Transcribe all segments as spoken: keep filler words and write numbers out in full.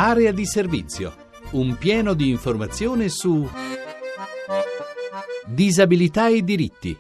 Area di servizio, un pieno di informazione su disabilità e diritti.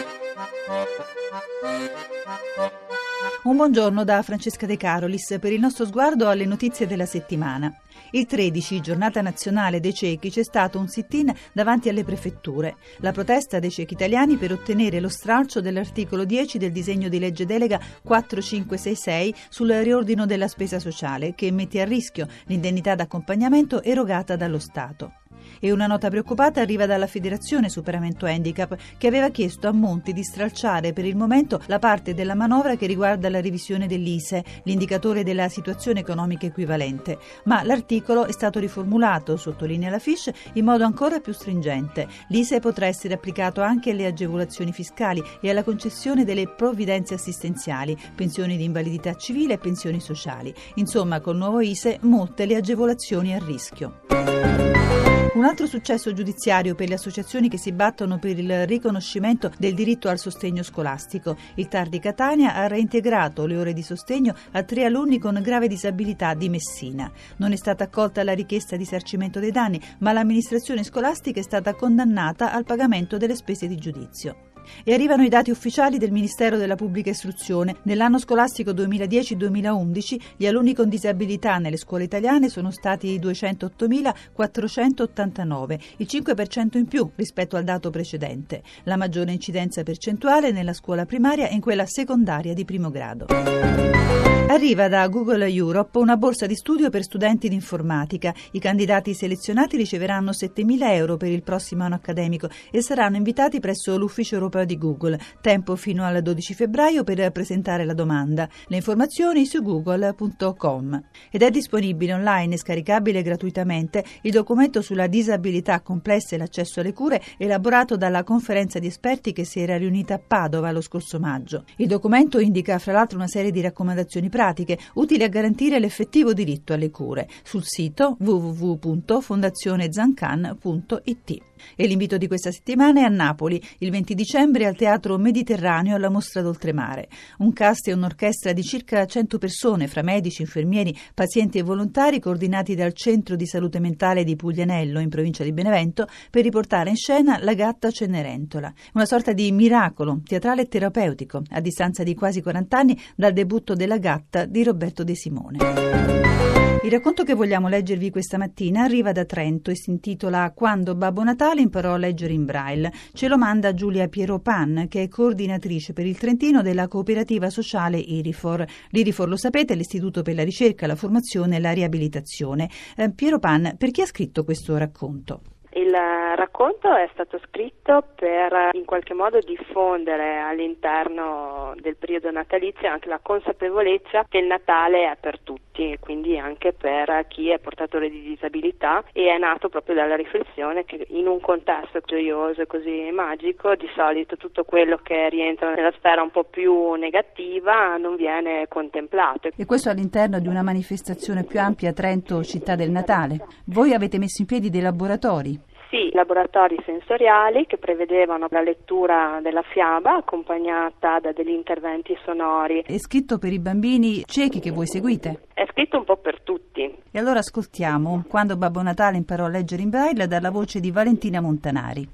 Un buongiorno da Francesca De Carolis per il nostro sguardo alle notizie della settimana. Il tredici, giornata nazionale dei ciechi, c'è stato un sit-in davanti alle prefetture. La protesta dei ciechi italiani per ottenere lo stralcio dell'articolo dieci del disegno di legge delega quattro cinque sei sei sul riordino della spesa sociale, che mette a rischio l'indennità d'accompagnamento erogata dallo Stato. E una nota preoccupata arriva dalla Federazione Superamento Handicap, che aveva chiesto a Monti di stralciare per il momento la parte della manovra che riguarda la revisione dell'I S E E, l'indicatore della situazione economica equivalente. Ma l'articolo è stato riformulato, sottolinea la F I S C, in modo ancora più stringente. L'I S E E potrà essere applicato anche alle agevolazioni fiscali e alla concessione delle provvidenze assistenziali, pensioni di invalidità civile e pensioni sociali. Insomma, col nuovo I S E E molte le agevolazioni a rischio. Un altro successo giudiziario per le associazioni che si battono per il riconoscimento del diritto al sostegno scolastico. Il T A R di Catania ha reintegrato le ore di sostegno a tre alunni con grave disabilità di Messina. Non è stata accolta la richiesta di risarcimento dei danni, ma l'amministrazione scolastica è stata condannata al pagamento delle spese di giudizio. E arrivano i dati ufficiali del Ministero della Pubblica Istruzione. Nell'anno scolastico duemiladieci duemilaundici gli alunni con disabilità nelle scuole italiane sono stati duecentottomilaquattrocentottantanove, il cinque per cento in più rispetto al dato precedente. La maggiore incidenza percentuale nella scuola primaria e in quella secondaria di primo grado. Arriva da Google Europe una borsa di studio per studenti di informatica. I candidati selezionati riceveranno settemila euro per il prossimo anno accademico e saranno invitati presso l'ufficio europeo di Google. Tempo fino al dodici febbraio per presentare la domanda. Le informazioni su google punto com. Ed è disponibile online e scaricabile gratuitamente il documento sulla disabilità complessa e l'accesso alle cure elaborato dalla conferenza di esperti che si era riunita a Padova lo scorso maggio. Il documento indica fra l'altro una serie di raccomandazioni pratiche utili a garantire l'effettivo diritto alle cure sul sito w w w punto fondazione zancan punto i t. E l'invito di questa settimana è a Napoli, il venti dicembre al Teatro Mediterraneo alla Mostra d'Oltremare. Un cast e un'orchestra di circa cento persone, fra medici, infermieri, pazienti e volontari, coordinati dal Centro di Salute Mentale di Puglianello, in provincia di Benevento, per riportare in scena La gatta Cenerentola. Una sorta di miracolo teatrale e terapeutico, a distanza di quasi quaranta anni dal debutto della gatta di Roberto De Simone. Il racconto che vogliamo leggervi questa mattina arriva da Trento e si intitola Quando Babbo Natale imparò a leggere in braille. Ce lo manda Giulia Pieropan, che è coordinatrice per il Trentino della cooperativa sociale Irifor. L'Irifor, lo sapete, è l'Istituto per la ricerca, la formazione e la riabilitazione. Eh, Pieropan, per chi ha scritto questo racconto? Il racconto è stato scritto per in qualche modo diffondere all'interno del periodo natalizio anche la consapevolezza che il Natale è per tutti, e quindi anche per chi è portatore di disabilità, e è nato proprio dalla riflessione che in un contesto gioioso e così magico di solito tutto quello che rientra nella sfera un po' più negativa non viene contemplato. E questo all'interno di una manifestazione più ampia, Trento Città del Natale. Voi avete messo in piedi dei laboratori? Sì, laboratori sensoriali che prevedevano la lettura della fiaba accompagnata da degli interventi sonori. È scritto per i bambini ciechi che voi seguite? È scritto un po' per tutti. E allora ascoltiamo Quando Babbo Natale imparò a leggere in braille dalla voce di Valentina Montanari.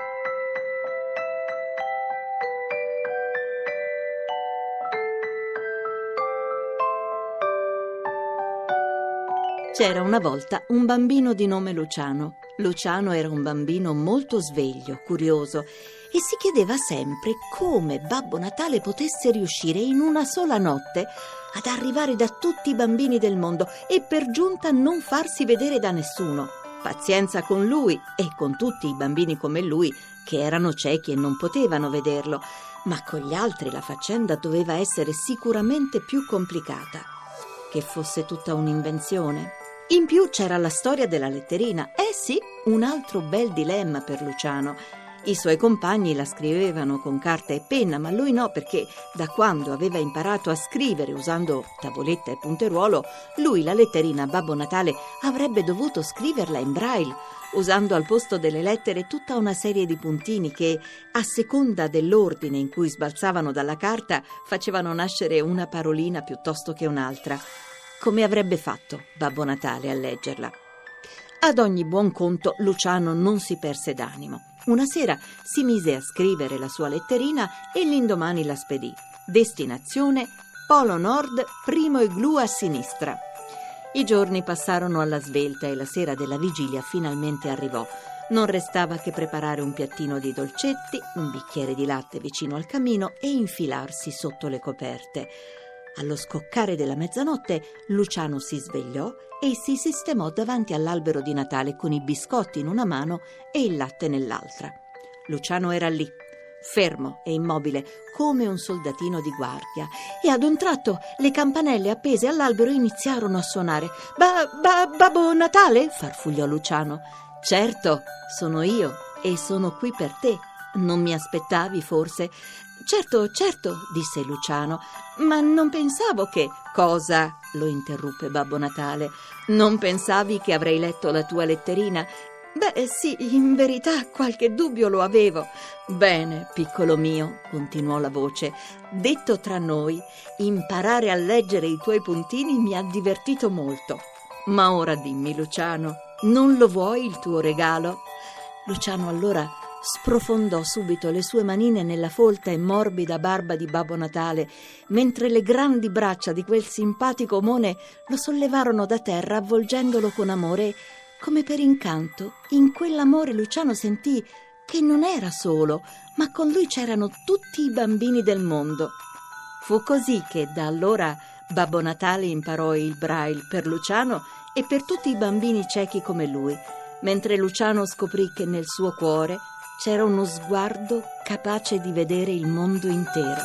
C'era una volta un bambino di nome Luciano. Luciano era un bambino molto sveglio, curioso, e si chiedeva sempre come Babbo Natale potesse riuscire in una sola notte ad arrivare da tutti i bambini del mondo e per giunta non farsi vedere da nessuno. Pazienza con lui e con tutti i bambini come lui, che erano ciechi e non potevano vederlo, ma con gli altri la faccenda doveva essere sicuramente più complicata. Che fosse tutta un'invenzione? In più c'era la storia della letterina. Eh sì, un altro bel dilemma per Luciano. I suoi compagni la scrivevano con carta e penna, ma lui no, perché da quando aveva imparato a scrivere usando tavoletta e punteruolo, lui la letterina a Babbo Natale avrebbe dovuto scriverla in braille, usando al posto delle lettere tutta una serie di puntini che, a seconda dell'ordine in cui sbalzavano dalla carta, facevano nascere una parolina piuttosto che un'altra. come avrebbe fatto Babbo Natale a leggerla. Ad ogni buon conto Luciano non si perse d'animo. Una sera si mise a scrivere la sua letterina e l'indomani la spedì. Destinazione Polo Nord, primo igloo a sinistra. I giorni passarono alla svelta e la sera della vigilia finalmente arrivò. Non restava che preparare un piattino di dolcetti, un bicchiere di latte vicino al camino e infilarsi sotto le coperte. Allo scoccare della mezzanotte Luciano si svegliò e si sistemò davanti all'albero di Natale con i biscotti in una mano e il latte nell'altra. Luciano era lì, fermo e immobile come un soldatino di guardia, e ad un tratto le campanelle appese all'albero iniziarono a suonare. Ba, ba, Babbo Natale? Farfugliò Luciano. Certo, sono io e sono qui per te. Non mi aspettavi forse? Certo, certo, disse Luciano, ma non pensavo che... Cosa? Lo interruppe Babbo Natale. Non pensavi che avrei letto la tua letterina? Beh, sì, in verità qualche dubbio lo avevo. Bene, piccolo mio, continuò la voce, detto tra noi, imparare a leggere i tuoi puntini mi ha divertito molto. Ma ora dimmi, Luciano, non lo vuoi il tuo regalo? Luciano allora sprofondò subito le sue manine nella folta e morbida barba di Babbo Natale, mentre le grandi braccia di quel simpatico omone lo sollevarono da terra avvolgendolo con amore. Come per incanto, in quell'amore Luciano sentì che non era solo, ma con lui c'erano tutti i bambini del mondo. Fu così che da allora Babbo Natale imparò il Braille per Luciano e per tutti i bambini ciechi come lui, mentre Luciano scoprì che nel suo cuore c'era uno sguardo capace di vedere il mondo intero.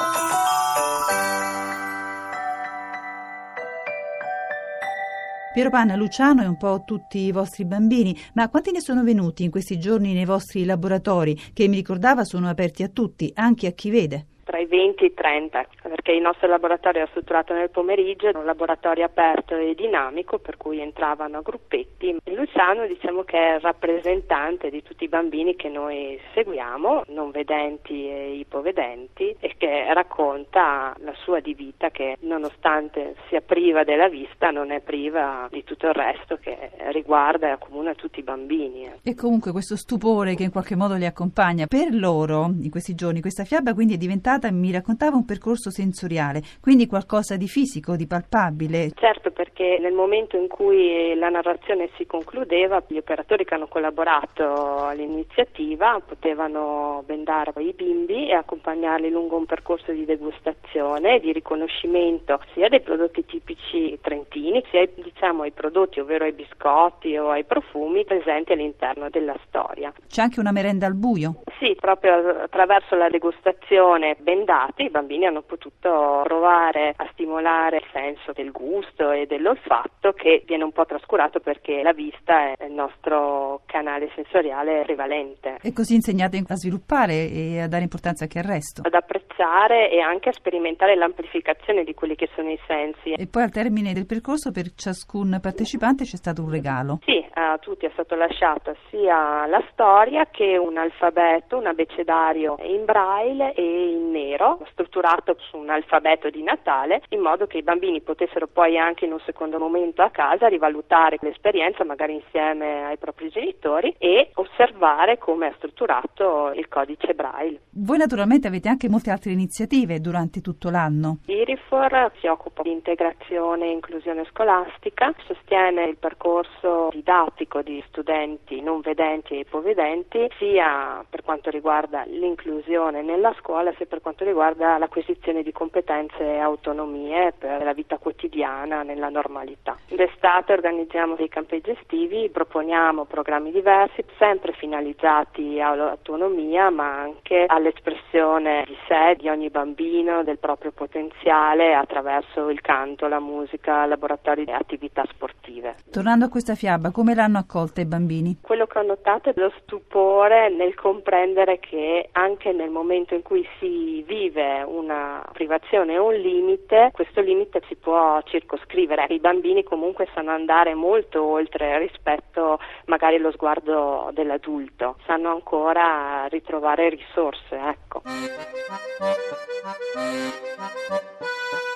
Piero Panna, Luciano e un po' tutti i vostri bambini, ma quanti ne sono venuti in questi giorni nei vostri laboratori, che mi ricordava sono aperti a tutti, anche a chi vede? Tra i venti e i trenta, perché il nostro laboratorio era strutturato nel pomeriggio, un laboratorio aperto e dinamico, per cui entravano a gruppetti. Luciano diciamo che è il rappresentante di tutti i bambini che noi seguiamo, non vedenti e ipovedenti, e che racconta la sua di vita, che nonostante sia priva della vista non è priva di tutto il resto che riguarda e accomuna tutti i bambini. E comunque questo stupore che in qualche modo li accompagna, per loro in questi giorni questa fiaba quindi è diventata, mi raccontava, un percorso sensoriale, quindi qualcosa di fisico, di palpabile. Certo, perché nel momento in cui la narrazione si concludeva, gli operatori che hanno collaborato all'iniziativa potevano bendare i bimbi e accompagnarli lungo un percorso di degustazione, di riconoscimento sia dei prodotti tipici trentini, sia diciamo ai prodotti, ovvero ai biscotti o ai profumi presenti all'interno della storia. C'è anche una merenda al buio? Sì, proprio attraverso la degustazione bendati i bambini hanno potuto provare a stimolare il senso del gusto e dell'olfatto, che viene un po' trascurato perché la vista è il nostro canale sensoriale prevalente. E così insegnate a sviluppare e a dare importanza anche al resto. Ad apprezzare e anche a sperimentare l'amplificazione di quelli che sono i sensi. E poi al termine del percorso per ciascun partecipante c'è stato un regalo. Sì, a tutti è stato lasciato sia la storia che un alfabeto, un abecedario in braille e in nero, strutturato su un alfabeto di Natale, in modo che i bambini potessero poi anche in un secondo momento a casa rivalutare l'esperienza, magari insieme ai propri genitori, e osservare come è strutturato il codice braille. Voi naturalmente avete anche molte altre iniziative durante tutto l'anno. IRIFOR si occupa di integrazione e inclusione scolastica, sostiene il percorso didattico di studenti non vedenti e ipovedenti, sia per quanto riguarda l'inclusione nella scuola, sia per quanto riguarda l'acquisizione di competenze e autonomie per la vita quotidiana nella normalità. D'estate organizziamo dei campeggi estivi, proponiamo programmi diversi, sempre finalizzati all'autonomia, ma anche all'espressione di sé, di ogni bambino, del proprio potenziale, attraverso il canto, la musica, laboratori e attività sportive. Tornando a questa fiaba, come l'hanno accolta i bambini? Quello che ho notato è lo stupore nel comprendere che anche nel momento in cui si vive una privazione o un limite, questo limite si può circoscrivere. I bambini comunque sanno andare molto oltre rispetto magari allo sguardo dell'adulto, sanno ancora ritrovare risorse, ecco.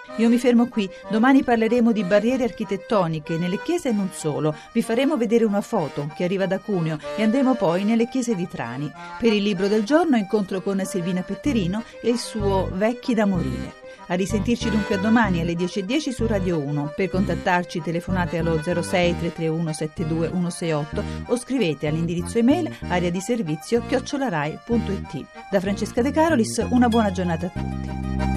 Io mi fermo qui, domani parleremo di barriere architettoniche nelle chiese e non solo. Vi faremo vedere una foto che arriva da Cuneo e andremo poi nelle chiese di Trani. Per il libro del giorno incontro con Silvina Petterino e il suo Vecchi da morire. A risentirci dunque a domani alle dieci e dieci su Radio uno. Per contattarci telefonate allo zero sei tre tre uno sette due uno sei otto o scrivete all'indirizzo email area di servizio chiocciolarai punto it. Da Francesca De Carolis una buona giornata a tutti.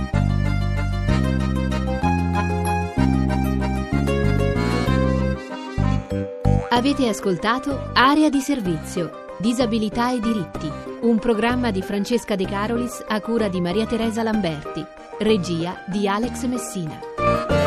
Avete ascoltato Area di Servizio, Disabilità e Diritti, un programma di Francesca De Carolis a cura di Maria Teresa Lamberti, regia di Alex Messina.